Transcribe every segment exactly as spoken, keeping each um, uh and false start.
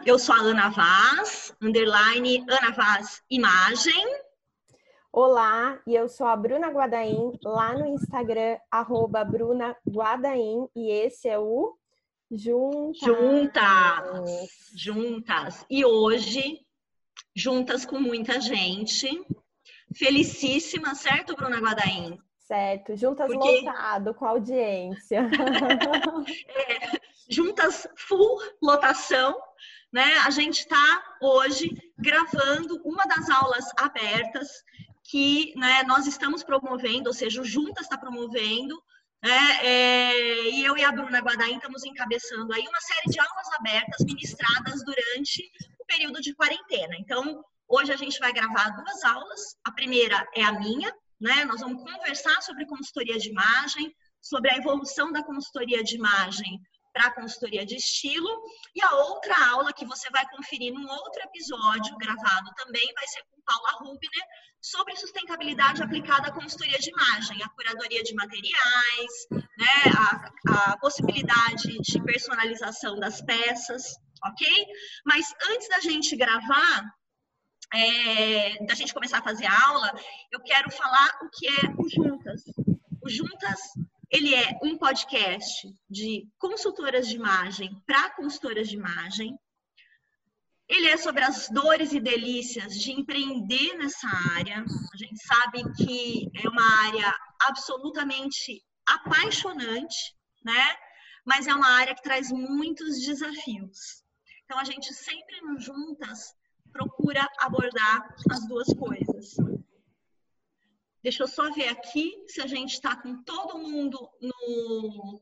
eu sou a Ana Vaz, underline Ana Vaz Imagem. Olá, e eu sou a Bruna Guadaim, lá no Instagram, arroba Bruna Guadaim, e esse é o Juntas. Juntas, juntas. E hoje, juntas com muita gente, felicíssima, certo, Bruna Guadaim? Certo, juntas Porque... lotado com audiência. é, juntas full lotação, né? A gente está hoje gravando uma das aulas abertas que, né, nós estamos promovendo, ou seja, o Juntas está promovendo, né? É, e eu e a Bruna Guadaim estamos encabeçando aí uma série de aulas abertas ministradas durante o período de quarentena. Então, hoje a gente vai gravar duas aulas. A primeira é a minha, né? Nós vamos conversar sobre consultoria de imagem, sobre a evolução da consultoria de imagem para a consultoria de estilo, e a outra aula que você vai conferir num outro episódio gravado também vai ser com Paula Rubner, sobre sustentabilidade aplicada à consultoria de imagem, a curadoria de materiais, né, a, a possibilidade de personalização das peças, ok? Mas antes da gente gravar, é, da gente começar a fazer a aula, eu quero falar o que é o Juntas. O Juntas, ele é um podcast de consultoras de imagem para consultoras de imagem. Ele é sobre as dores e delícias de empreender nessa área. A gente sabe que é uma área absolutamente apaixonante, né? Mas é uma área que traz muitos desafios. Então, a gente sempre no Juntas procura abordar as duas coisas. Deixa eu só ver aqui se a gente está com todo mundo no...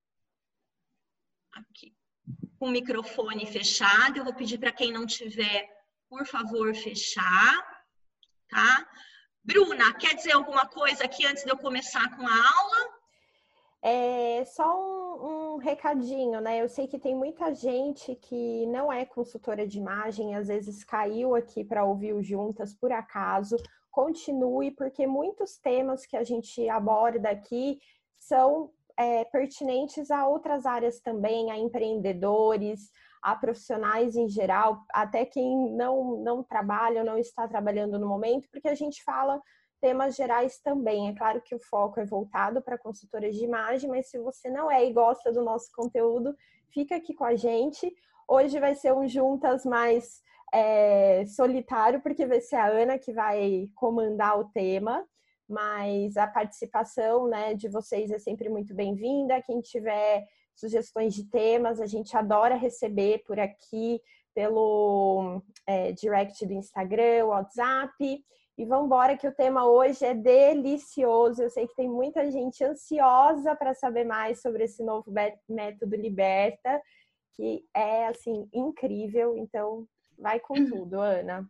Aqui. Com o microfone fechado. Eu vou pedir para quem não tiver, por favor, fechar. Tá? Bruna, quer dizer alguma coisa aqui antes de eu começar com a aula? É só um, um recadinho, né? Eu sei que tem muita gente que não é consultora de imagem, às vezes caiu aqui para ouvir o Juntas por acaso. Continue, porque muitos temas que a gente aborda aqui são é, pertinentes a outras áreas também, a empreendedores, a profissionais em geral, até quem não, não trabalha ou não está trabalhando no momento, porque a gente fala temas gerais também. É claro que o foco é voltado para consultoras de imagem, mas se você não é e gosta do nosso conteúdo, fica aqui com a gente. Hoje vai ser um Juntas mais é, solitário, porque vai ser a Ana que vai comandar o tema, mas a participação, né, de vocês é sempre muito bem-vinda. Quem tiver sugestões de temas, a gente adora receber por aqui, pelo é, direct do Instagram, WhatsApp. E vamos embora que o tema hoje é delicioso. Eu sei que tem muita gente ansiosa para saber mais sobre esse novo método Liberta, que é, assim, incrível. Então, vai com tudo, Ana.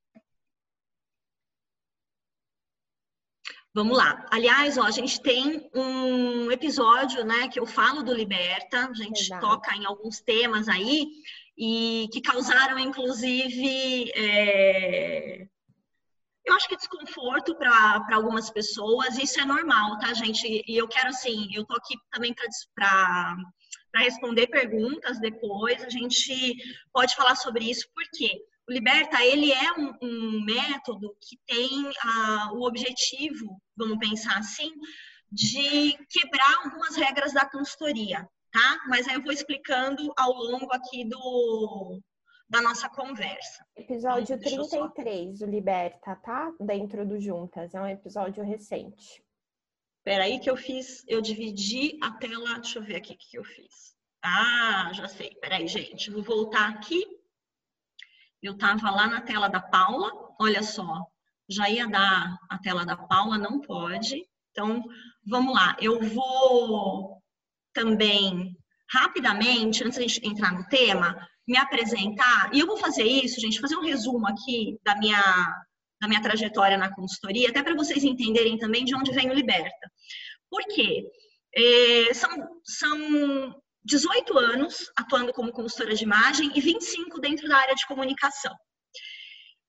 Vamos lá. Aliás, ó, a gente tem um episódio, né, que eu falo do Liberta. A gente Verdade. Toca em alguns temas aí e que causaram, inclusive... É... eu acho que desconforto para algumas pessoas, isso é normal, tá, gente? E eu quero, assim, eu tô aqui também para responder perguntas depois, a gente pode falar sobre isso, porque o Liberta, ele é um, um método que tem ah, o objetivo, vamos pensar assim, de quebrar algumas regras da consultoria, tá? Mas aí eu vou explicando ao longo aqui do... da nossa conversa. Episódio então, trinta e três, o Liberta, tá? Dentro do Juntas, é um episódio recente. Espera aí que eu fiz, eu dividi a tela, deixa eu ver aqui o que eu fiz. Ah, já sei, espera aí, gente, vou voltar aqui. Eu estava lá na tela da Paula, olha só, já ia dar a tela da Paula, não pode. Então, vamos lá, eu vou também, rapidamente, antes de a gente entrar no tema, me apresentar, e eu vou fazer isso, gente, fazer um resumo aqui da minha, da minha trajetória na consultoria, até para vocês entenderem também de onde vem o Liberta. Por quê? É, são, são dezoito anos atuando como consultora de imagem e vinte e cinco dentro da área de comunicação.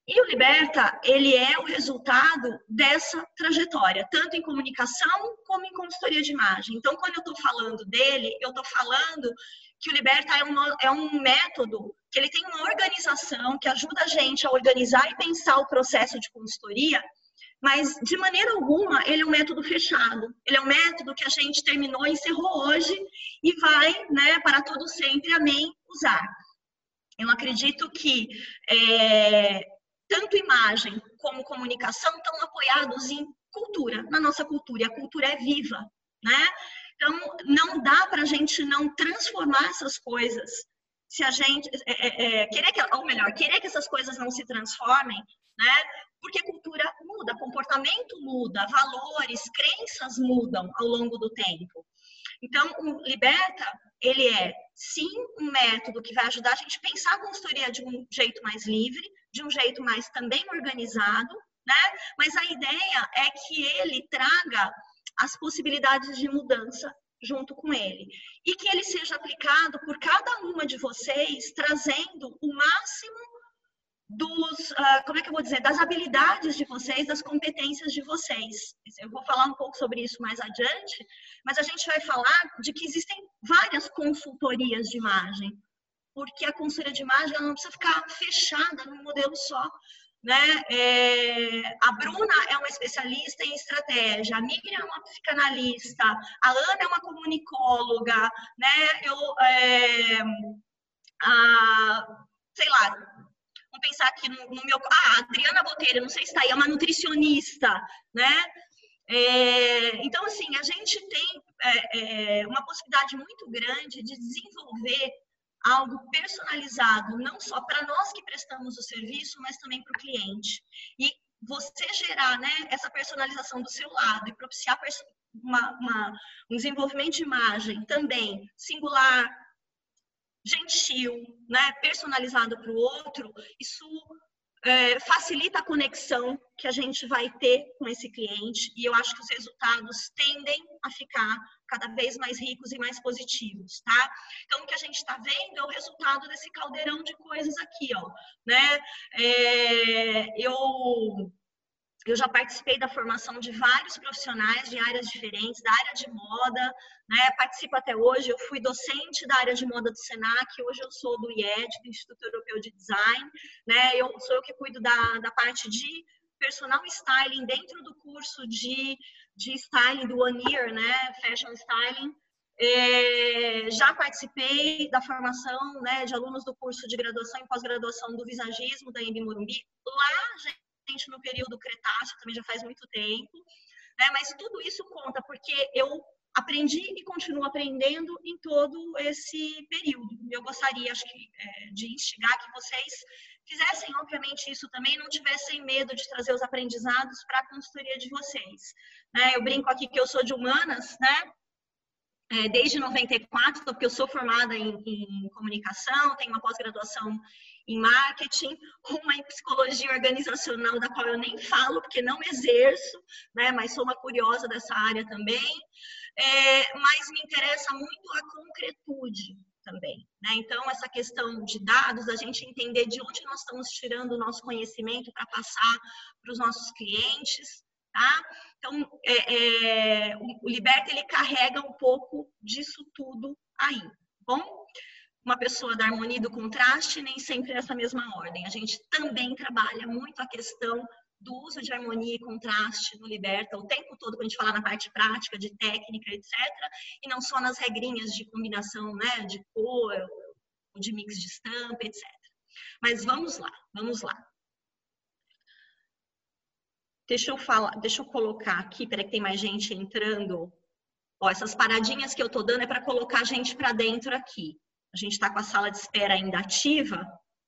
E o Liberta, ele é o resultado dessa trajetória, tanto em comunicação como em consultoria de imagem. Então, quando eu estou falando dele, eu estou falando que o Liberta é, uma, é um método que ele tem uma organização que ajuda a gente a organizar e pensar o processo de consultoria, mas de maneira alguma ele é um método fechado. Ele é um método que a gente terminou, encerrou hoje e vai, né, para todo sempre, amém, usar. Eu acredito que é, tanto imagem como comunicação estão apoiados em cultura, na nossa cultura, e a cultura é viva, né? Então, não dá para a gente não transformar essas coisas, se a gente, é, é, querer que, ou melhor, querer que essas coisas não se transformem, né? Porque cultura muda, comportamento muda, valores, crenças mudam ao longo do tempo. Então, o Liberta, ele é, sim, um método que vai ajudar a gente a pensar a consultoria de um jeito mais livre, de um jeito mais também organizado, né? Mas a ideia é que ele traga as possibilidades de mudança junto com ele. E que ele seja aplicado por cada uma de vocês, trazendo o máximo dos, uh, como é que eu vou dizer, das habilidades de vocês, das competências de vocês. Eu vou falar um pouco sobre isso mais adiante, mas a gente vai falar de que existem várias consultorias de imagem, porque a consultoria de imagem ela não precisa ficar fechada num modelo só, né? É, a Bruna é uma especialista em estratégia, a Miriam é uma psicanalista, a Ana é uma comunicóloga, né? Eu, é, a, sei lá, vamos pensar aqui no, no meu... Ah, a Adriana Botelho, não sei se está aí, é uma nutricionista, né? É, então, assim, a gente tem é, é, uma possibilidade muito grande de desenvolver algo personalizado, não só para nós que prestamos o serviço, mas também para o cliente. E você gerar, né, essa personalização do seu lado e propiciar uma, uma, um desenvolvimento de imagem também singular, gentil, né, personalizado para o outro, isso é, facilita a conexão que a gente vai ter com esse cliente e eu acho que os resultados tendem a ficar cada vez mais ricos e mais positivos, tá? Então, o que a gente está vendo é o resultado desse caldeirão de coisas aqui, ó, né? É, eu... Eu já participei da formação de vários profissionais de áreas diferentes, da área de moda, né? Participo até hoje, eu fui docente da área de moda do Senac, hoje eu sou do I E D, do Instituto Europeu de Design, né? Eu sou eu que cuido da, da parte de personal styling dentro do curso de, de styling do One Year, né? Fashion Styling. É, já participei da formação, né, de alunos do curso de graduação e pós-graduação do visagismo da Embi Morumbi. Lá, gente, no período Cretáceo, também já faz muito tempo, né? Mas tudo isso conta, porque eu aprendi e continuo aprendendo em todo esse período. Eu gostaria, acho que, é, de instigar que vocês fizessem, obviamente, isso também, não tivessem medo de trazer os aprendizados para a consultoria de vocês, né? Eu brinco aqui que eu sou de humanas, né? É, desde noventa e quatro, porque eu sou formada em, em comunicação, tenho uma pós-graduação em marketing, uma em psicologia organizacional, da qual eu nem falo, porque não exerço, né, mas sou uma curiosa dessa área também, é, mas me interessa muito a concretude também, né? Então, essa questão de dados, a gente entender de onde nós estamos tirando o nosso conhecimento para passar para os nossos clientes, tá? Então, é, é, o Liberta, ele carrega um pouco disso tudo aí, bom? Uma pessoa da harmonia e do contraste, nem sempre é essa mesma ordem. A gente também trabalha muito a questão do uso de harmonia e contraste no Liberta, o tempo todo, quando a gente fala na parte prática, de técnica, etcétera, e não só nas regrinhas de combinação, né, de cor, de mix de estampa, etcétera. Mas vamos lá, vamos lá. Deixa eu falar, deixa eu colocar aqui, peraí que tem mais gente entrando. Ó, essas paradinhas que eu tô dando é para colocar a gente para dentro aqui. A gente está com a sala de espera ainda ativa.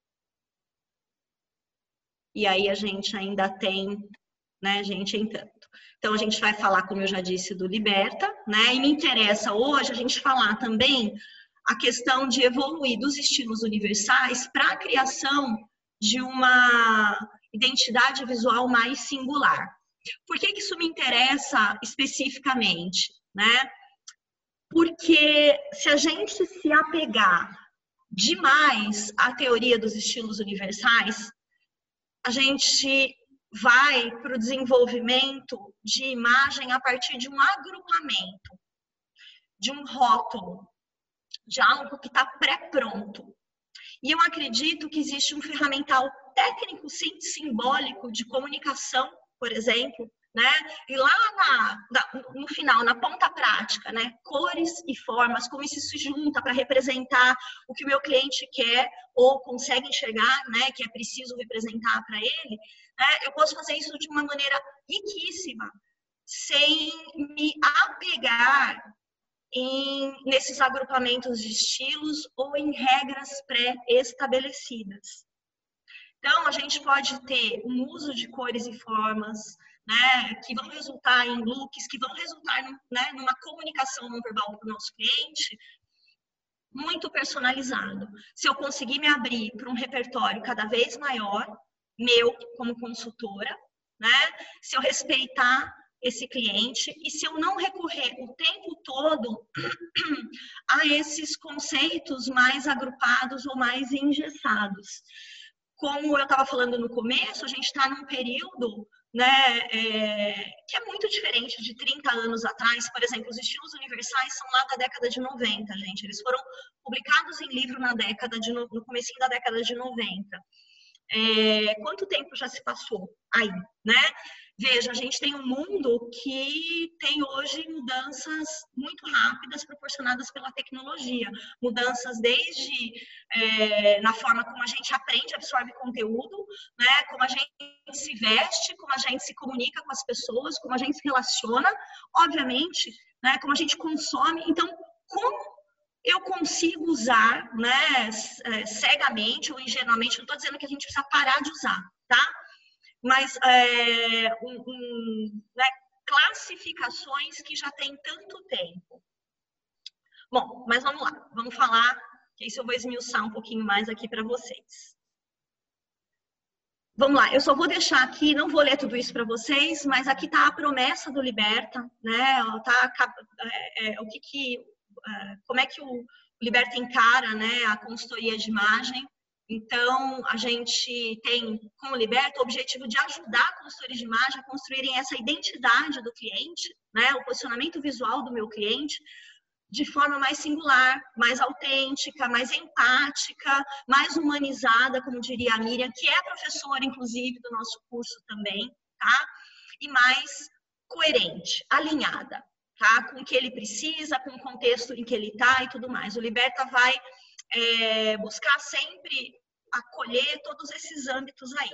E aí a gente ainda tem, né, gente entrando. Então a gente vai falar, como eu já disse, do Liberta, né? E me interessa hoje a gente falar também a questão de evoluir dos estilos universais para a criação de uma identidade visual mais singular. Por que que isso me interessa especificamente, né? Porque se a gente se apegar demais à teoria dos estilos universais, a gente vai para o desenvolvimento de imagem a partir de um agrupamento, de um rótulo, de algo que está pré-pronto. E eu acredito que existe um ferramental técnico, sim, simbólico, de comunicação, por exemplo, né? E lá na, na, no final, na ponta prática, né? Cores e formas, como isso se junta para representar o que o meu cliente quer ou consegue enxergar, né? Que é preciso representar para ele, né? Eu posso fazer isso de uma maneira riquíssima, sem me apegar em, nesses agrupamentos de estilos ou em regras pré-estabelecidas. Então, a gente pode ter um uso de cores e formas, né, que vão resultar em looks, que vão resultar, né, numa comunicação não verbal para o nosso cliente, muito personalizado. Se eu conseguir me abrir para um repertório cada vez maior, meu, como consultora, né, se eu respeitar esse cliente e se eu não recorrer o tempo todo a esses conceitos mais agrupados ou mais engessados. Como eu estava falando no começo, a gente está num período, né, é, que é muito diferente de trinta anos atrás. Por exemplo, os estilos universais são lá da década de noventa, gente. Eles foram publicados em livro na década de, no comecinho da década de noventa. É, quanto tempo já se passou aí, né? Veja, a gente tem um mundo que tem hoje mudanças muito rápidas proporcionadas pela tecnologia. Mudanças desde é, na forma como a gente aprende, absorve conteúdo, né? Como a gente se veste, como a gente se comunica com as pessoas, como a gente se relaciona, obviamente, né? Como a gente consome. Então, como eu consigo usar, né, cegamente ou ingenuamente, não estou dizendo que a gente precisa parar de usar, tá? Mas é, um, um, né, classificações que já tem tanto tempo. Bom, mas vamos lá, vamos falar, que isso eu vou esmiuçar um pouquinho mais aqui para vocês. Vamos lá, eu só vou deixar aqui, não vou ler tudo isso para vocês, mas aqui está a promessa do Liberta, né? Tá, é, é, o que que, é, como é que o Liberta encara, né, a consultoria de imagem. Então, a gente tem, com o Liberta, o objetivo de ajudar consultores de imagem a construírem essa identidade do cliente, né, o posicionamento visual do meu cliente, de forma mais singular, mais autêntica, mais empática, mais humanizada, como diria a Miriam, que é professora, inclusive, do nosso curso também, tá? E mais coerente, alinhada, tá? Com o que ele precisa, com o contexto em que ele está e tudo mais. O Liberta vai é, buscar sempre acolher todos esses âmbitos aí.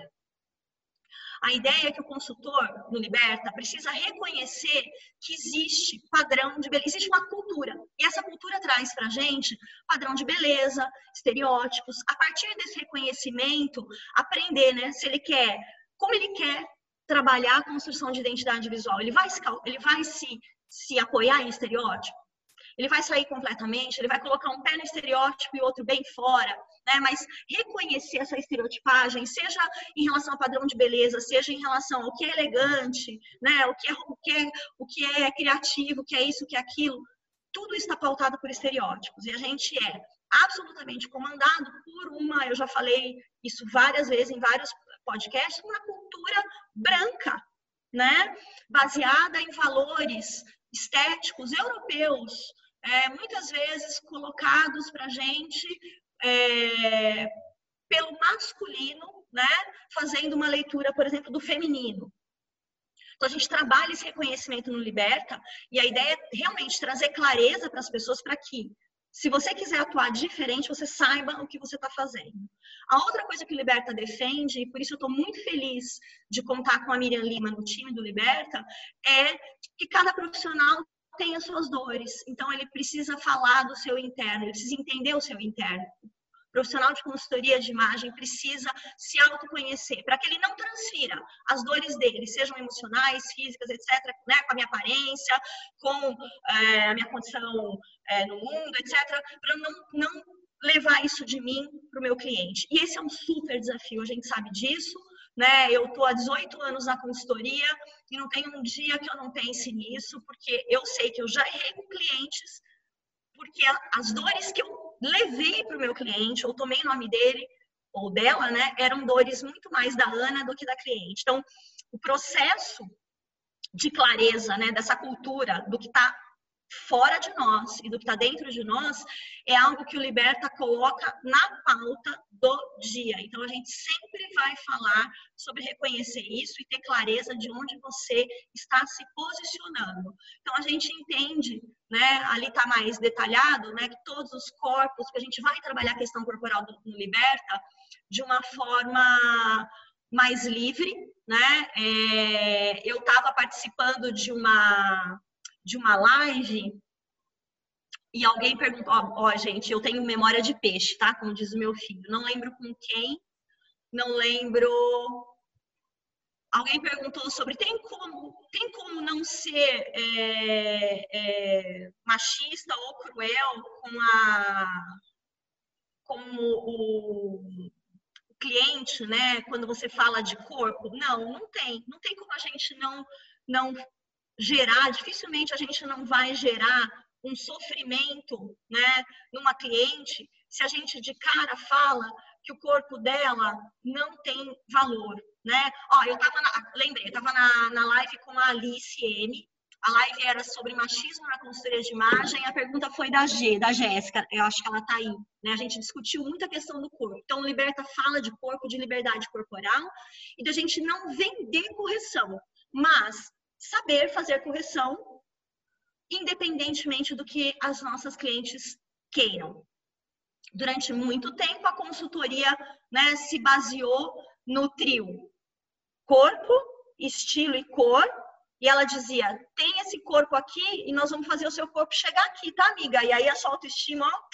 A ideia é que o consultor no Liberta precisa reconhecer que existe padrão de beleza, existe uma cultura. E essa cultura traz para a gente padrão de beleza, estereótipos. A partir desse reconhecimento, aprender, né? Se ele quer, como ele quer trabalhar a construção de identidade visual. Ele vai se, ele vai se, se apoiar em estereótipo? Ele vai sair completamente? Ele vai colocar um pé no estereótipo e outro bem fora? Né? Mas reconhecer essa estereotipagem, seja em relação ao padrão de beleza, seja em relação ao que é elegante, né? o, que é, o, que é, o que é criativo, o que é isso, o que é aquilo, tudo está pautado por estereótipos. E a gente é absolutamente comandado por uma, eu já falei isso várias vezes em vários podcasts, uma cultura branca, né? Baseada em valores estéticos europeus, é, muitas vezes colocados para a gente é, pelo masculino, né? Fazendo uma leitura, por exemplo, do feminino. Então, a gente trabalha esse reconhecimento no Liberta e a ideia é realmente trazer clareza para as pessoas para que, se você quiser atuar diferente, você saiba o que você está fazendo. A outra coisa que o Liberta defende, e por isso eu estou muito feliz de contar com a Miriam Lima no time do Liberta, é que cada profissional tem as suas dores. Então, ele precisa falar do seu interno, ele precisa entender o seu interno. O profissional de consultoria de imagem precisa se autoconhecer, para que ele não transfira as dores dele, sejam emocionais, físicas, etcétera, né, com a minha aparência, com é, a minha condição é, no mundo, etcétera, para não, não levar isso de mim para o meu cliente. E esse é um super desafio, a gente sabe disso, né? Eu estou há dezoito anos na consultoria e não tem um dia que eu não pense nisso, porque eu sei que eu já errei com clientes, porque as dores que eu levei para o meu cliente, ou tomei o nome dele, ou dela, né, eram dores muito mais da Ana do que da cliente. Então, o processo de clareza, né, dessa cultura do que está fora de nós e do que está dentro de nós é algo que o Liberta coloca na pauta do dia. Então, a gente sempre vai falar sobre reconhecer isso e ter clareza de onde você está se posicionando. Então, a gente entende, né, ali está mais detalhado, né, que todos os corpos, que a gente vai trabalhar a questão corporal do, no Liberta de uma forma mais livre, né? É, eu estava participando de uma de uma live e alguém perguntou, ó, ó, gente, eu tenho memória de peixe, tá? Como diz o meu filho. Não lembro com quem, não lembro. Alguém perguntou sobre, tem como, tem como não ser é, é, machista ou cruel com a, com o, o cliente, né? Quando você fala de corpo? Não, não tem. Não tem como a gente não, não gerar, dificilmente a gente não vai gerar um sofrimento, né, numa cliente, se a gente de cara fala que o corpo dela não tem valor, né? Ó, eu tava, na, lembrei, eu tava na, na live com a Alice M, a live era sobre machismo na consultoria de imagem, a pergunta foi da G, da Jéssica, eu acho que ela tá aí, né? A gente discutiu muito a questão do corpo. Então, o Liberta fala de corpo, de liberdade corporal, e da gente não vender correção, mas saber fazer correção, independentemente do que as nossas clientes queiram. Durante muito tempo, a consultoria, né, se baseou no trio corpo, estilo e cor, e ela dizia, tem esse corpo aqui e nós vamos fazer o seu corpo chegar aqui, tá, amiga? E aí a sua autoestima, ó,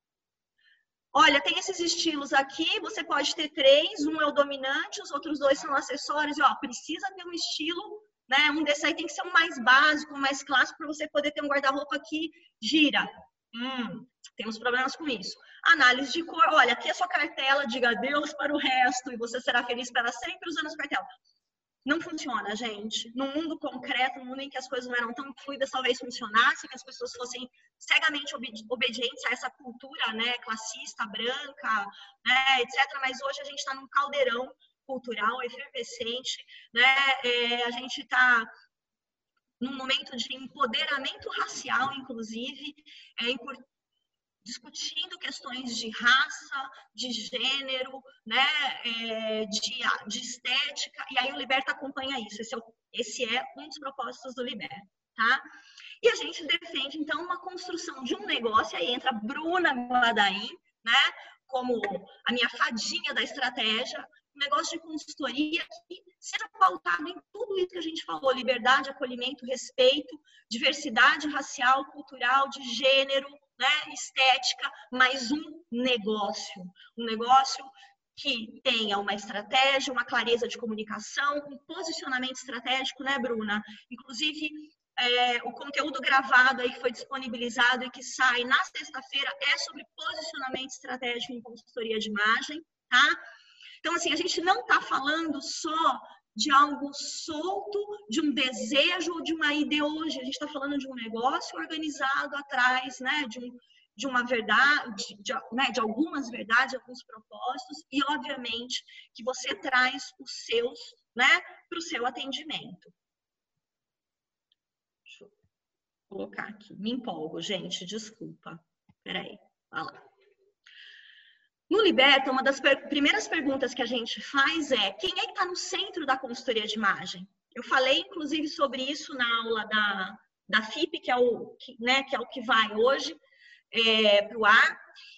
olha, tem esses estilos aqui, você pode ter três, um é o dominante, os outros dois são acessórios, e ó, precisa ter um estilo, né? Um desses aí tem que ser um mais básico, um mais clássico, para você poder ter um guarda-roupa que gira. Hum, temos problemas com isso. Análise de cor, olha, aqui é a sua cartela, diga adeus para o resto, e você será feliz para sempre usando essa cartela. Não funciona, gente. No mundo concreto, no mundo em que as coisas não eram tão fluidas, talvez funcionasse, que as pessoas fossem cegamente obedientes a essa cultura, né, classista, branca, né, etcétera. Mas hoje a gente está num caldeirão cultural, efervescente, né? É, a gente está num momento de empoderamento racial, inclusive, é, discutindo questões de raça, de gênero, né, é, de, de estética, e aí o Liberta acompanha isso. Esse é, o, esse é um dos propósitos do Liberta, tá? E a gente defende, então, uma construção de um negócio, aí entra a Bruna Guadaim, né, como a minha fadinha da estratégia, um negócio de consultoria que seja pautado em tudo isso que a gente falou, liberdade, acolhimento, respeito, diversidade racial, cultural, de gênero, né, estética, mas um negócio. Um negócio que tenha uma estratégia, uma clareza de comunicação, um posicionamento estratégico, né, Bruna? Inclusive, é, o conteúdo gravado aí que foi disponibilizado e que sai na sexta-feira é sobre posicionamento estratégico em consultoria de imagem, tá? Então, assim, a gente não está falando só de algo solto, de um desejo ou de uma ideologia. A gente está falando de um negócio organizado atrás, né, de, um, de uma verdade, de, de, né, de algumas verdades, alguns propósitos, e, obviamente, que você traz os seus, né, para o seu atendimento. Deixa eu colocar aqui. Me empolgo, gente, desculpa. Peraí, vai lá. No Liberta, uma das per- primeiras perguntas que a gente faz é quem é que está no centro da consultoria de imagem? Eu falei, inclusive, sobre isso na aula da, da F I P, que é o que, né, que é o que vai hoje é, para o ar.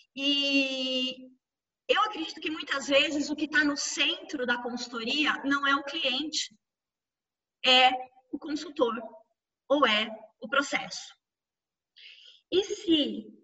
E eu acredito que muitas vezes o que está no centro da consultoria não é o cliente, é o consultor ou é o processo. E se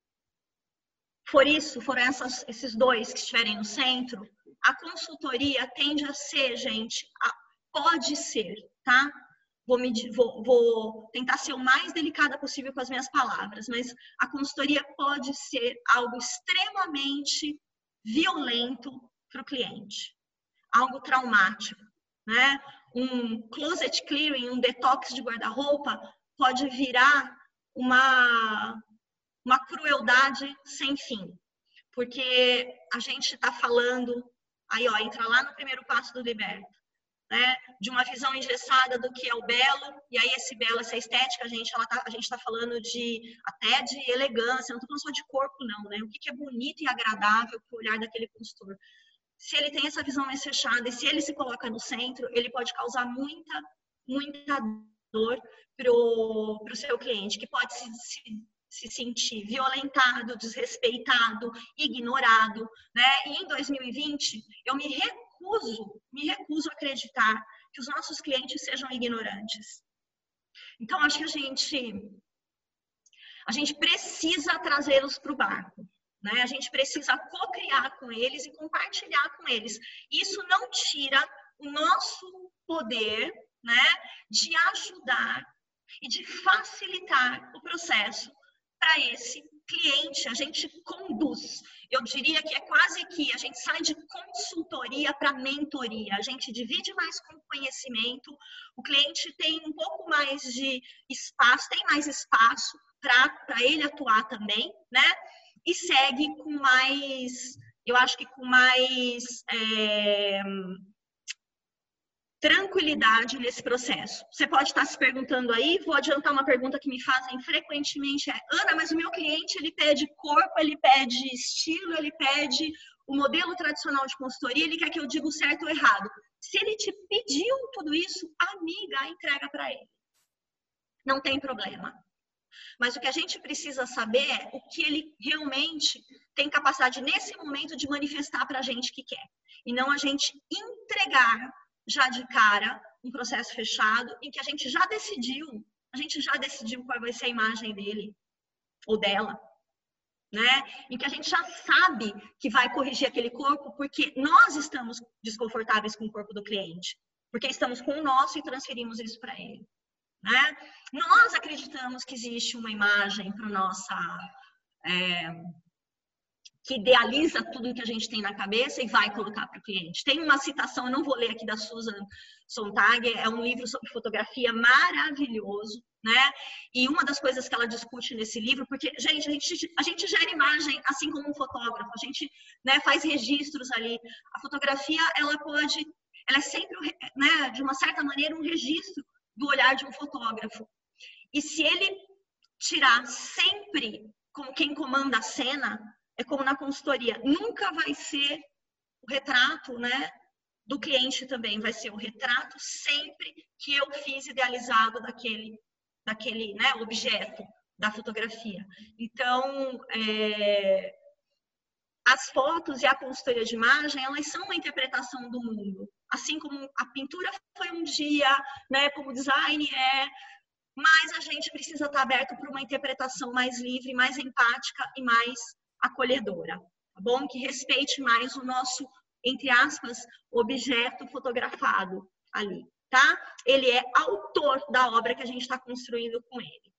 for isso, foram essas, esses dois que estiverem no centro, a consultoria tende a ser, gente, a, pode ser, tá? Vou, me, vou, vou tentar ser o mais delicada possível com as minhas palavras, mas a consultoria pode ser algo extremamente violento para o cliente, algo traumático, né? Um closet clearing, um detox de guarda-roupa pode virar uma... uma crueldade sem fim. porque a gente está falando, aí ó, entra lá no primeiro passo do Liberta, né, de uma visão engessada do que é o belo, e aí esse belo, essa estética, a gente ela tá, a gente está falando de até de elegância, não estou falando só de corpo não, né, o que, que é bonito e agradável para o olhar daquele consultor. Se ele tem essa visão mais fechada e se ele se coloca no centro, ele pode causar muita, muita dor para o seu cliente, que pode se, se, se sentir violentado, desrespeitado, ignorado, né? E em dois mil e vinte, eu me recuso, me recuso a acreditar que os nossos clientes sejam ignorantes. Então, acho que a gente, a gente precisa trazê-los para o barco. Né? A gente precisa co-criar com eles e compartilhar com eles. Isso não tira o nosso poder, né, de ajudar e de facilitar o processo para esse cliente. A gente conduz. Eu diria que é quase que a gente sai de consultoria para mentoria. A gente divide mais com conhecimento. O cliente tem um pouco mais de espaço, tem mais espaço para ele atuar também, né? E segue com mais, eu acho que com mais é, tranquilidade nesse processo. Você pode estar se perguntando aí, vou adiantar uma pergunta que me fazem frequentemente, é: Ana, mas o meu cliente, ele pede corpo, ele pede estilo, ele pede o modelo tradicional de consultoria, ele quer que eu diga o certo ou errado. Se ele te pediu tudo isso, amiga, entrega para ele. Não tem problema. Mas o que a gente precisa saber é o que ele realmente tem capacidade nesse momento de manifestar para a gente que quer. E não a gente entregar já de cara um processo fechado em que a gente já decidiu, a gente já decidiu qual vai ser a imagem dele ou dela, né? Em que a gente já sabe que vai corrigir aquele corpo porque nós estamos desconfortáveis com o corpo do cliente, porque estamos com o nosso e transferimos isso para ele. Né? Nós acreditamos que existe uma imagem para nossa é, que idealiza tudo que a gente tem na cabeça e vai colocar para o cliente. Tem uma citação, eu não vou ler aqui, da Susan Sontag, é um livro sobre fotografia maravilhoso, né? E uma das coisas que ela discute nesse livro, porque, gente, a gente, a gente gera imagem assim como um fotógrafo, a gente, né, faz registros ali. A fotografia, ela pode, ela é sempre, né, de uma certa maneira, um registro do olhar de um fotógrafo. E se ele tirar sempre como quem comanda a cena, é como na consultoria, nunca vai ser o retrato, né, do cliente também, vai ser o retrato sempre que eu fiz idealizado daquele, daquele, né, objeto da fotografia. Então, é, as fotos e a consultoria de imagem, elas são uma interpretação do mundo. Assim como a pintura foi um dia, né, como o design é, mas a gente precisa estar aberto para uma interpretação mais livre, mais empática e mais acolhedora, tá bom? Que respeite mais o nosso, entre aspas, objeto fotografado ali, tá? Ele é autor da obra que a gente está construindo com ele.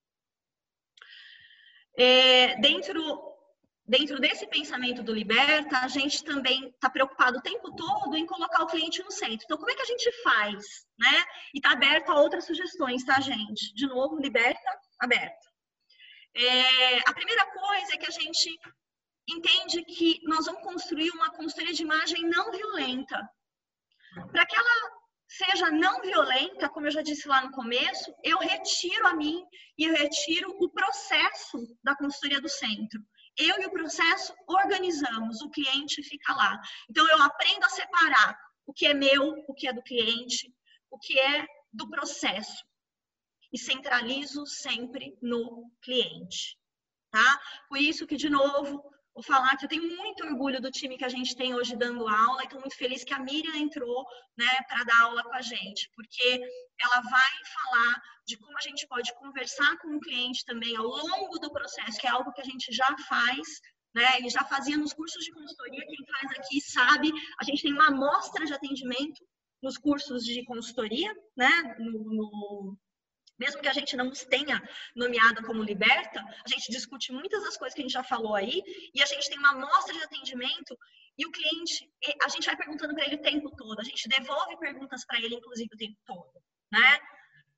É, dentro... Dentro desse pensamento do Liberta, a gente também está preocupado o tempo todo em colocar o cliente no centro. Então, como é que a gente faz, né? E está aberto a outras sugestões, tá, gente? De novo, Liberta, aberto. É, a primeira coisa é que a gente entende que nós vamos construir uma consultoria de imagem não violenta. Para que ela seja não violenta, como eu já disse lá no começo, eu retiro a mim e eu retiro o processo da consultoria do centro. Eu e o processo organizamos, o cliente fica lá. Então, eu aprendo a separar o que é meu, o que é do cliente, o que é do processo. E centralizo sempre no cliente, tá? Por isso que, de novo, vou falar que eu tenho muito orgulho do time que a gente tem hoje dando aula e estou muito feliz que a Miriam entrou, né, para dar aula com a gente, porque ela vai falar de como a gente pode conversar com o cliente também ao longo do processo, que é algo que a gente já faz, né, e já fazia nos cursos de consultoria. Quem faz aqui sabe, a gente tem uma amostra de atendimento nos cursos de consultoria, né, no, no mesmo que a gente não os tenha nomeado como Liberta, a gente discute muitas das coisas que a gente já falou aí, e a gente tem uma amostra de atendimento, e o cliente, a gente vai perguntando para ele o tempo todo, a gente devolve perguntas para ele, inclusive, o tempo todo, né?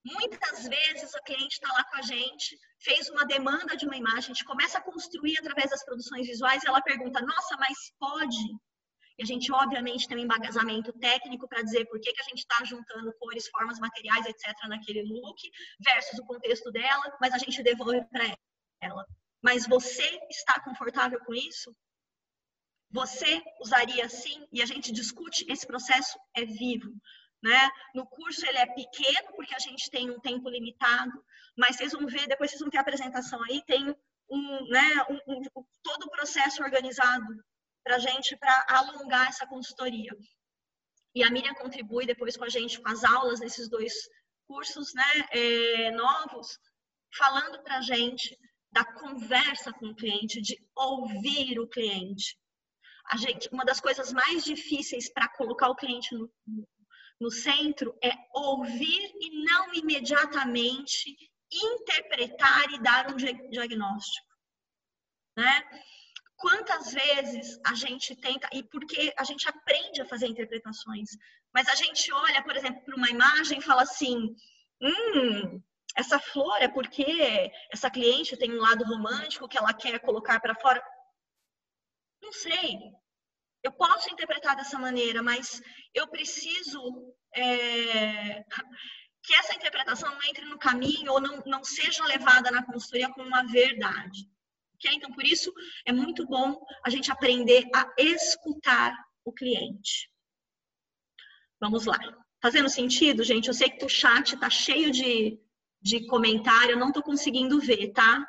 Muitas vezes a cliente está lá com a gente, fez uma demanda de uma imagem, a gente começa a construir através das produções visuais e ela pergunta, nossa, mas pode? E a gente, obviamente, tem um embasamento técnico para dizer por que, que a gente está juntando cores, formas, materiais, etcétera naquele look, versus o contexto dela, mas a gente devolve para ela. Mas você está confortável com isso? Você usaria assim? E a gente discute, esse processo é vivo. Né? No curso ele é pequeno, porque a gente tem um tempo limitado, mas vocês vão ver, depois vocês vão ter a apresentação aí, tem um, né, um, um, todo o processo organizado para a gente, para alongar essa consultoria. E a Miriam contribui depois com a gente, com as aulas nesses dois cursos, né, é, novos, falando para a gente da conversa com o cliente, de ouvir o cliente. A gente, uma das coisas mais difíceis para colocar o cliente no, no centro é ouvir e não imediatamente interpretar e dar um diagnóstico, né? Quantas vezes a gente tenta, e porque a gente aprende a fazer interpretações, mas a gente olha, por exemplo, para uma imagem e fala assim, hum, essa flor é porque essa cliente tem um lado romântico que ela quer colocar para fora. Não sei. Eu posso interpretar dessa maneira, mas eu preciso é, que essa interpretação não entre no caminho ou não, não seja levada na consultoria como uma verdade. Okay? Então, por isso, é muito bom a gente aprender a escutar o cliente. Vamos lá. Fazendo sentido, gente? Eu sei que o chat está cheio de, de comentário, eu não estou conseguindo ver, tá?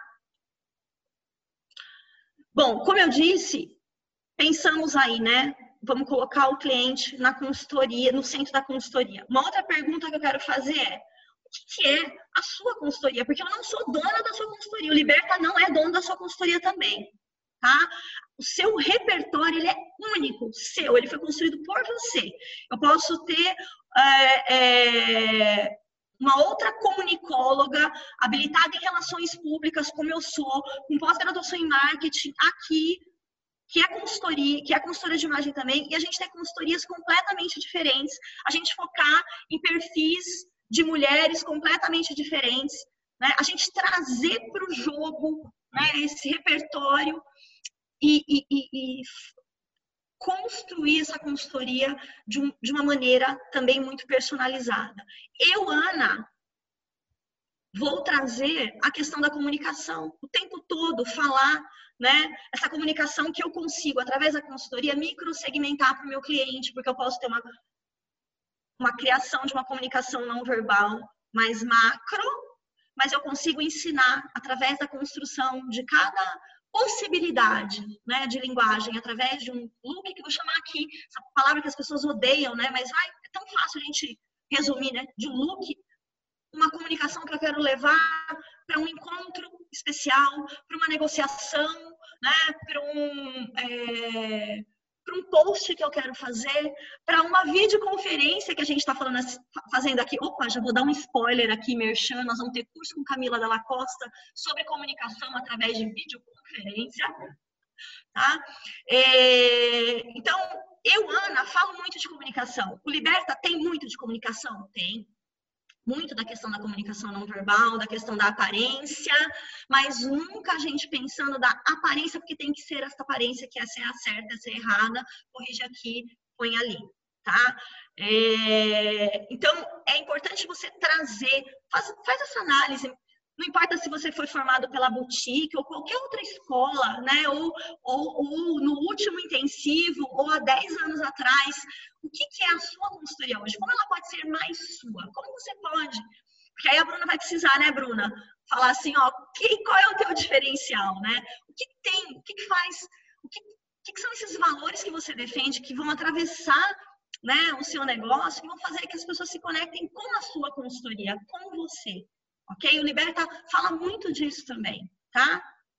Bom, como eu disse, pensamos aí, né? Vamos colocar o cliente na consultoria, no centro da consultoria. Uma outra pergunta que eu quero fazer é, o que é a sua consultoria? Porque eu não sou dona da sua consultoria, o Liberta não é dono da sua consultoria também, tá? O seu repertório, ele é único, seu, ele foi construído por você. Eu posso ter é, é, uma outra comunicóloga habilitada em relações públicas, como eu sou, com pós-graduação em marketing, aqui, que é consultoria, que é consultoria de imagem também, e a gente tem consultorias completamente diferentes, a gente focar em perfis de mulheres completamente diferentes, né? A gente trazer para o jogo, né, esse repertório e, e, e, e construir essa consultoria de, um, de uma maneira também muito personalizada. Eu, Ana, vou trazer a questão da comunicação, o tempo todo falar, né, essa comunicação que eu consigo, através da consultoria, microsegmentar para o meu cliente, porque eu posso ter uma, uma criação de uma comunicação não verbal mais macro, mas eu consigo ensinar, através da construção de cada possibilidade, né, de linguagem, através de um look, que eu vou chamar aqui, essa palavra que as pessoas odeiam, né, mas vai, é tão fácil a gente resumir, né, de um look, uma comunicação que eu quero levar para um encontro especial, para uma negociação, né, para um, é, para um post que eu quero fazer, para uma videoconferência que a gente está falando, fazendo aqui. Opa, já vou dar um spoiler aqui, merchan, nós vamos ter curso com Camila Della Costa sobre comunicação através de videoconferência. Tá? É, então, eu, Ana, falo muito de comunicação. O Liberta tem muito de comunicação? Tem. Muito da questão da comunicação não verbal, da questão da aparência, mas nunca a gente pensando da aparência, porque tem que ser essa aparência, que essa é a certa, essa é a errada, corrige aqui, põe ali, tá? É, então, é importante você trazer, faz, faz essa análise, não importa se você foi formado pela boutique ou qualquer outra escola, né? Ou, ou, ou no último intensivo, ou há dez anos atrás. O que, que é a sua consultoria hoje? Como ela pode ser mais sua? Como você pode? Porque aí a Bruna vai precisar, né, Bruna? Falar assim, ó, que, qual é o teu diferencial, né? O que, que tem? O que, que faz? O que, que, que são esses valores que você defende que vão atravessar, né, o seu negócio, que vão fazer que as pessoas se conectem com a sua consultoria, com você? Ok? O Liberta fala muito disso também, tá?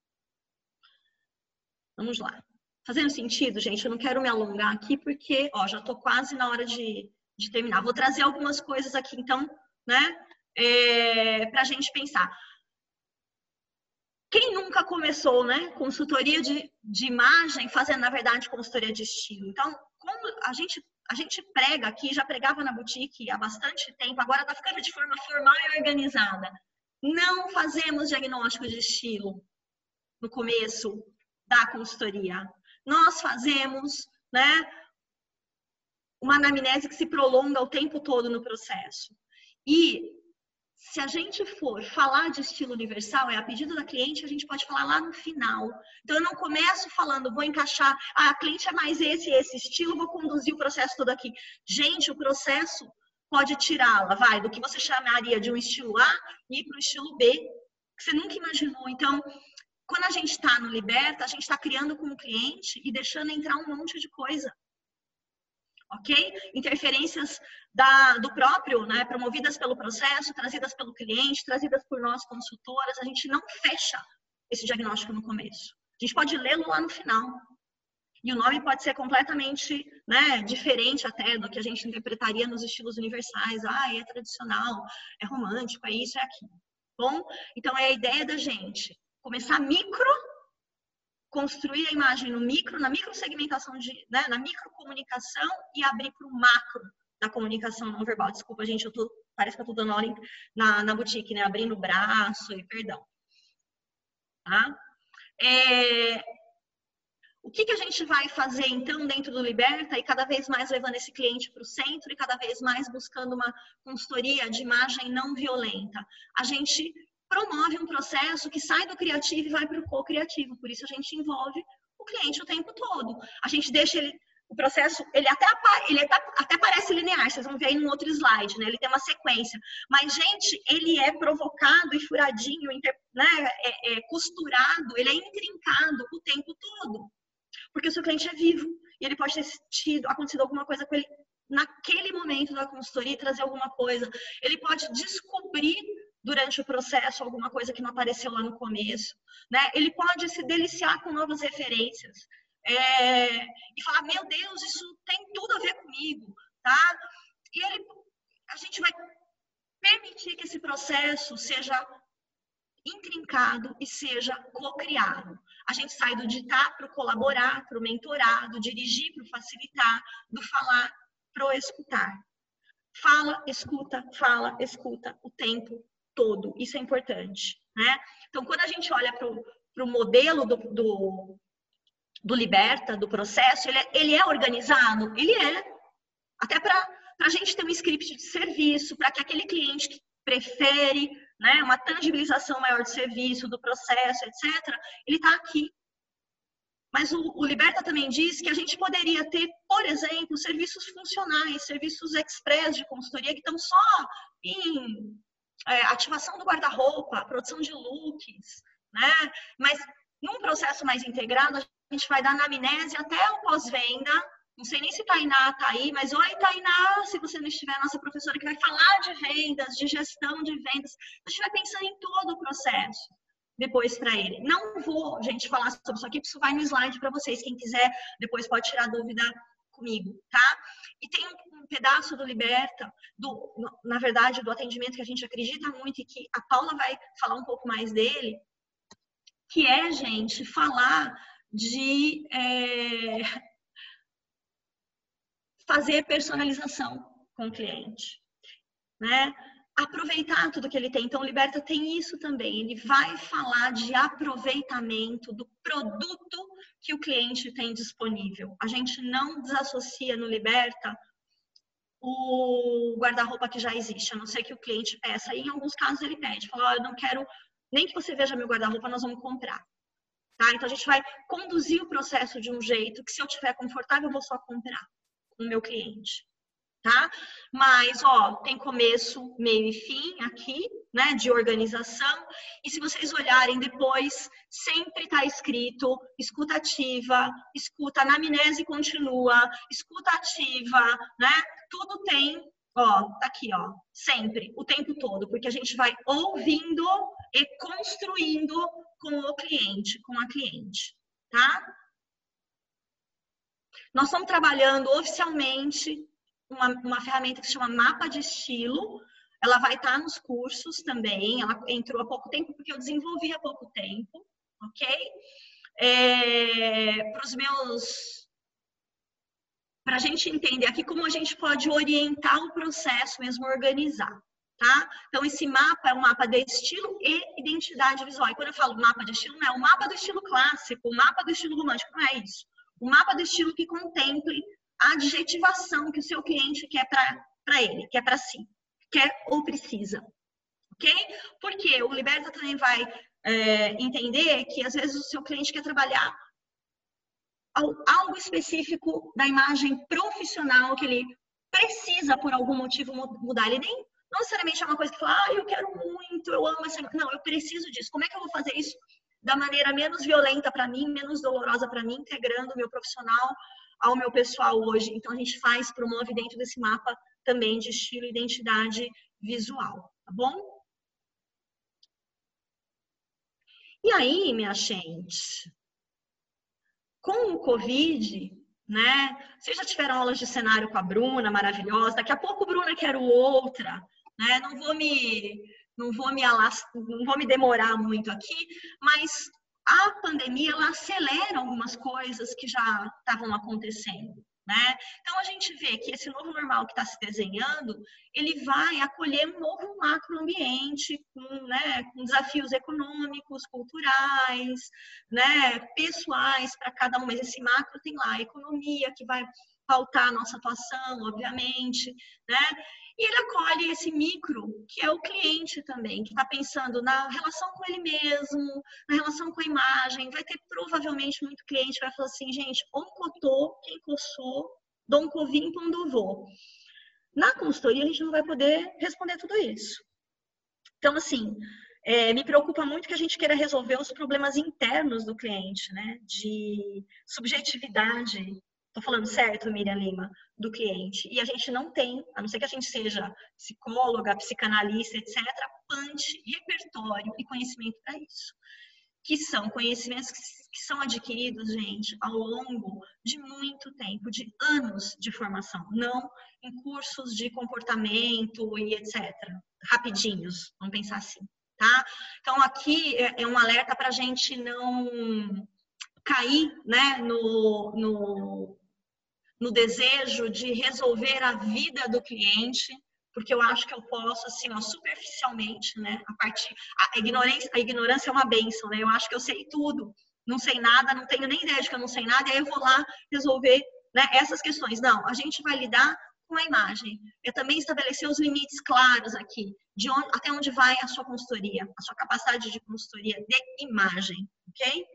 Vamos lá. Fazendo sentido, gente? Eu não quero me alongar aqui porque, ó, já tô quase na hora de, de terminar. Vou trazer algumas coisas aqui, então, né? É, pra gente pensar. Quem nunca começou, né? Consultoria de, de imagem, fazendo, na verdade, consultoria de estilo. Então, como a gente a gente prega aqui, já pregava na boutique há bastante tempo, agora está ficando de forma formal e organizada. Não fazemos diagnóstico de estilo no começo da consultoria. Nós fazemos, né, uma anamnese que se prolonga o tempo todo no processo. E se a gente for falar de estilo universal, é a pedido da cliente, a gente pode falar lá no final. Então, eu não começo falando, vou encaixar, ah, a cliente é mais esse esse estilo, vou conduzir o processo todo aqui. Gente, o processo pode tirá-la, vai, do que você chamaria de um estilo A e ir para o estilo B, que você nunca imaginou. Então, quando a gente está no Liberta, a gente está criando com o cliente e deixando entrar um monte de coisa. Ok? Interferências da, do próprio, né, promovidas pelo processo, trazidas pelo cliente, trazidas por nós consultoras, a gente não fecha esse diagnóstico no começo. A gente pode lê-lo lá no final. E o nome pode ser completamente, né, diferente até do que a gente interpretaria nos estilos universais. Ah, é tradicional, é romântico, é isso, é aquilo. Bom, então é a ideia da gente começar micro, construir a imagem no micro, na microsegmentação, de, né, na microcomunicação e abrir para o macro da comunicação não verbal. Desculpa, gente, eu tô, parece que eu tô dando aula na, na boutique, né? Abrindo o braço e perdão. Tá? É, o que, que a gente vai fazer, então, dentro do Liberta e cada vez mais levando esse cliente para o centro e cada vez mais buscando uma consultoria de imagem não violenta? A gente promove um processo que sai do criativo e vai para o co-criativo. Por isso a gente envolve o cliente o tempo todo. A gente deixa ele, o processo, ele até, ele até, até parece linear, vocês vão ver aí no outro slide, né? Ele tem uma sequência. Mas, gente, ele é provocado e furadinho, né? é, é costurado, ele é intrincado o tempo todo. Porque o seu cliente é vivo e ele pode ter tido, acontecido alguma coisa com ele naquele momento da consultoria e trazer alguma coisa. Ele pode descobrir durante o processo alguma coisa que não apareceu lá no começo, né? Ele pode se deliciar com novas referências é, e falar, meu Deus, isso tem tudo a ver comigo, tá? E ele, a gente vai permitir que esse processo seja intrincado e seja co-criado. A gente sai do ditar para o colaborar, para o mentorar, do dirigir para o facilitar, do falar para o escutar. Fala, escuta, fala, escuta o tempo todo. Isso é importante, né? Então, quando a gente olha para o modelo do, do, do Liberta, do processo, ele é, ele é organizado? Ele é. Até para a gente ter um script de serviço, para que aquele cliente que prefere, né, uma tangibilização maior de serviço, do processo, etcétera, ele está aqui. Mas o, o Liberta também diz que a gente poderia ter, por exemplo, serviços funcionais, serviços express de consultoria que estão só em é, ativação do guarda-roupa, produção de looks, né? Mas num processo mais integrado, a gente vai dar anamnese até o pós-venda. Não sei nem se Tainá está aí, mas oi, Tainá, se você não estiver, nossa professora que vai falar de vendas, de gestão de vendas. A gente vai pensando em todo o processo depois para ele. Não vou, gente, falar sobre isso aqui, porque isso vai no slide para vocês. Quem quiser, depois pode tirar dúvida comigo, tá? E tem um, um pedaço do Liberta, do, na verdade, do atendimento que a gente acredita muito e que a Paula vai falar um pouco mais dele, que é, gente, falar de é, fazer personalização com o cliente, né? Aproveitar tudo que ele tem. Então, o Liberta tem isso também. Ele vai falar de aproveitamento do produto que o cliente tem disponível. A gente não desassocia no Liberta o guarda-roupa que já existe, a não ser que o cliente peça. E em alguns casos ele pede, fala, oh, eu não quero nem que você veja meu guarda-roupa, nós vamos comprar. Tá? Então, a gente vai conduzir o processo de um jeito que, se eu estiver confortável, eu vou só comprar com o meu cliente. Tá? Mas, ó, tem começo, meio e fim aqui, né, de organização. E se vocês olharem depois, sempre tá escrito escuta ativa, escuta, anamnese continua, escuta ativa, né? Tudo tem, ó, tá aqui, ó, sempre, o tempo todo, porque a gente vai ouvindo e construindo com o cliente, com a cliente, tá? Nós estamos trabalhando oficialmente Uma, uma ferramenta que se chama Mapa de Estilo. Ela vai estar nos cursos também. Ela entrou há pouco tempo, porque eu desenvolvi há pouco tempo, ok? É, para os meus para a gente entender aqui como a gente pode orientar o processo, mesmo organizar, tá? Então, esse mapa é um mapa de estilo e identidade visual. E quando eu falo mapa de estilo, não é o mapa do estilo clássico, o mapa do estilo romântico, não é isso. O mapa do estilo que contemple a adjetivação que o seu cliente quer para ele, quer para si, quer ou precisa, ok? Porque o Liberta também vai é, entender que, às vezes, o seu cliente quer trabalhar algo específico da imagem profissional que ele precisa, por algum motivo, mudar. Ele nem não necessariamente é uma coisa que fala, ah, eu quero muito, eu amo essa... Não, eu preciso disso. Como é que eu vou fazer isso da maneira menos violenta para mim, menos dolorosa para mim, integrando o meu profissional ao meu pessoal hoje? Então, a gente faz, promove dentro desse mapa também de estilo e identidade visual, tá bom? E aí, minha gente... Com o Covid, né? Vocês já tiveram aulas de cenário com a Bruna, maravilhosa. Daqui a pouco, Bruna, quero outra, né? Não vou me, não vou me, não vou me demorar muito aqui, mas a pandemia, ela acelera algumas coisas que já estavam acontecendo, né? Então, a gente vê que esse novo normal que está se desenhando, ele vai acolher um novo macroambiente com, né, com desafios econômicos, culturais, né, pessoais para cada um. Mas esse macro tem lá a economia, que vai pautar a nossa atuação, obviamente, né? E ele acolhe esse micro, que é o cliente também, que está pensando na relação com ele mesmo, na relação com a imagem. Vai ter provavelmente muito cliente que vai falar assim, gente, onde eu tô, quem que eu sou, de onde eu vim, para onde eu vou. Na consultoria, a gente não vai poder responder tudo isso. Então, assim, é, me preocupa muito que a gente queira resolver os problemas internos do cliente, né? De subjetividade. Tô falando certo, Miriam Lima, do cliente. E a gente não tem, a não ser que a gente seja psicóloga, psicanalista, etcétera, punch, repertório e conhecimento para isso. Que são conhecimentos que, que são adquiridos, gente, ao longo de muito tempo, de anos de formação, não em cursos de comportamento e etcétera. Rapidinhos, vamos pensar assim, tá? Então, aqui é, é um alerta para a gente não cair, né, no... no no desejo de resolver a vida do cliente, porque eu acho que eu posso, assim, ó, superficialmente, né, a partir, a ignorância, a ignorância é uma bênção, né, eu acho que eu sei tudo, não sei nada, não tenho nem ideia de que eu não sei nada, e aí eu vou lá resolver, né, essas questões. Não, a gente vai lidar com a imagem. Eu também estabelecer os limites claros aqui, de onde, até onde vai a sua consultoria, a sua capacidade de consultoria de imagem, ok?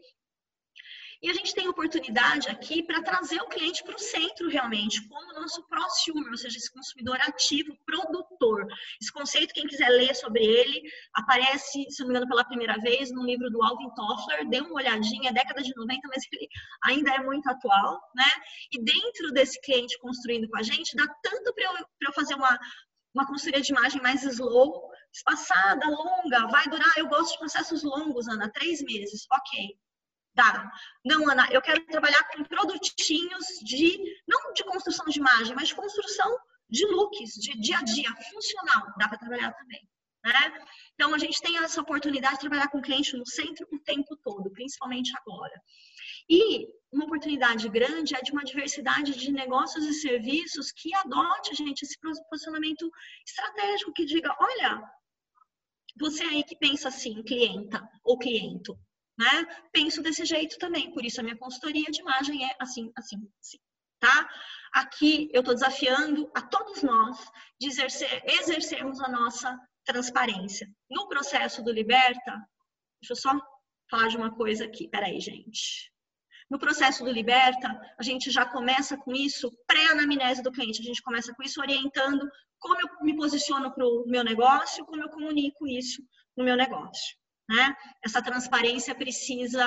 E a gente tem oportunidade aqui para trazer o cliente para o centro realmente, como o nosso prosumer, ou seja, esse consumidor ativo, produtor. Esse conceito, quem quiser ler sobre ele, aparece, se não me engano, pela primeira vez no livro do Alvin Toffler. Dê uma olhadinha, é década de noventa, mas ele ainda é muito atual, né? E dentro desse cliente construindo com a gente, dá tanto para eu, para eu fazer uma, uma consultoria de imagem mais slow, espaçada, longa, vai durar, eu gosto de processos longos, Ana, três meses, ok. Tá. Não, Ana, eu quero trabalhar com produtinhos de, não de construção de imagem, mas de construção de looks, de dia a dia, funcional. Dá para trabalhar também, né? Então, a gente tem essa oportunidade de trabalhar com o cliente no centro o tempo todo, principalmente agora. E uma oportunidade grande é de uma diversidade de negócios e serviços que adote, gente, esse posicionamento estratégico, que diga, olha, você aí que pensa assim, clienta ou cliento, né? Penso desse jeito também, por isso a minha consultoria de imagem é assim, assim, assim, tá? Aqui eu estou desafiando a todos nós de exercer, exercermos a nossa transparência. No processo do Liberta, deixa eu só falar de uma coisa aqui, peraí, gente. No processo do Liberta, a gente já começa com isso pré-anamnese do cliente, a gente começa com isso orientando como eu me posiciono para o meu negócio, como eu comunico isso no meu negócio. Né? Essa transparência precisa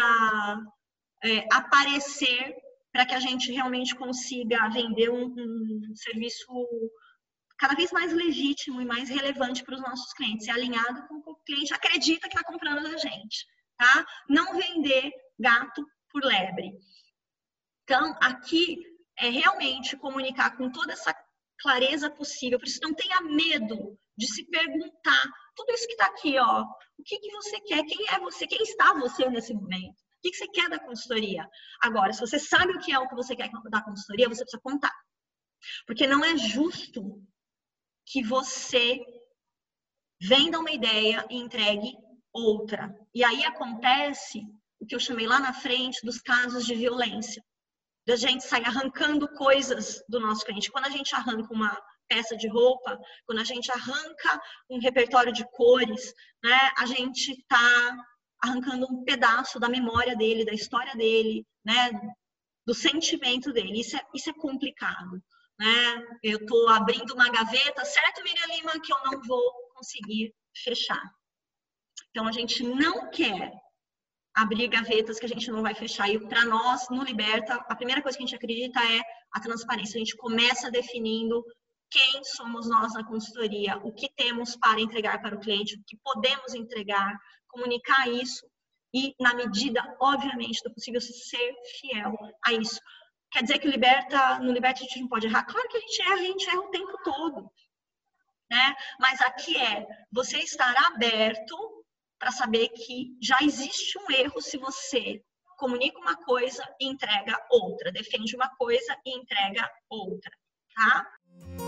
é, aparecer para que a gente realmente consiga vender um, um serviço cada vez mais legítimo e mais relevante para os nossos clientes, e alinhado com o que o cliente acredita que está comprando da gente. Tá? Não vender gato por lebre. Então, aqui é realmente comunicar com toda essa clareza possível, por isso não tenha medo de se perguntar tudo isso que está aqui, ó, o que, que você quer, quem é você, quem está você nesse momento, o que, que você quer da consultoria. Agora, se você sabe o que é o que você quer da consultoria, você precisa contar. Porque não é justo que você venda uma ideia e entregue outra. E aí acontece o que eu chamei lá na frente dos casos de violência. Da gente sair arrancando coisas do nosso cliente. Quando a gente arranca uma peça de roupa, quando a gente arranca um repertório de cores, né, a gente está arrancando um pedaço da memória dele, da história dele, né, do sentimento dele. Isso é, isso é complicado. Né? Eu estou abrindo uma gaveta, certo, Miriam Lima, que eu não vou conseguir fechar. Então, a gente não quer abrir gavetas que a gente não vai fechar. E para nós, no Liberta, a primeira coisa que a gente acredita é a transparência. A gente começa definindo quem somos nós na consultoria, o que temos para entregar para o cliente, o que podemos entregar, comunicar isso e, na medida, obviamente, do possível, ser fiel a isso. Quer dizer que o Liberta, no Liberta a gente não pode errar? Claro que a gente erra, a gente erra o tempo todo. Né? Mas aqui é você estar aberto para saber que já existe um erro se você comunica uma coisa e entrega outra, defende uma coisa e entrega outra, tá?